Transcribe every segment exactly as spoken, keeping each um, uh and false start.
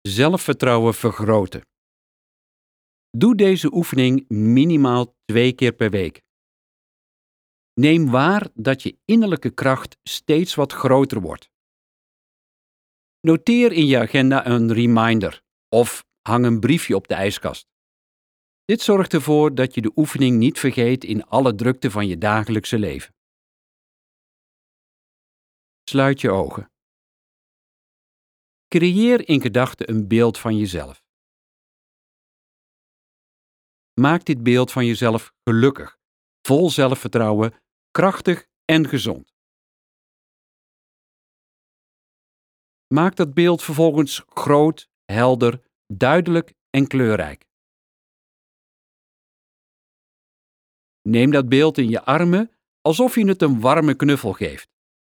Zelfvertrouwen vergroten. Doe deze oefening minimaal twee keer per week. Neem waar dat je innerlijke kracht steeds wat groter wordt. Noteer in je agenda een reminder of hang een briefje op de ijskast. Dit zorgt ervoor dat je de oefening niet vergeet in alle drukte van je dagelijkse leven. Sluit je ogen. Creëer in gedachten een beeld van jezelf. Maak dit beeld van jezelf gelukkig, vol zelfvertrouwen, krachtig en gezond. Maak dat beeld vervolgens groot, helder, duidelijk en kleurrijk. Neem dat beeld in je armen alsof je het een warme knuffel geeft.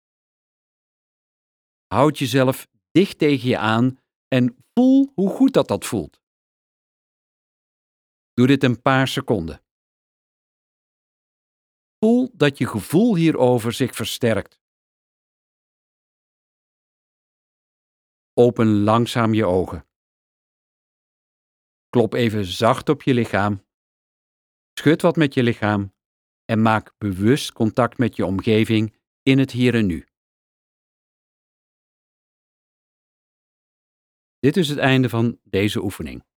Houd jezelf dicht tegen je aan en voel hoe goed dat dat voelt. Doe dit een paar seconden. Voel dat je gevoel hierover zich versterkt. Open langzaam je ogen. Klop even zacht op je lichaam. Schud wat met je lichaam en maak bewust contact met je omgeving in het hier en nu. Dit is het einde van deze oefening.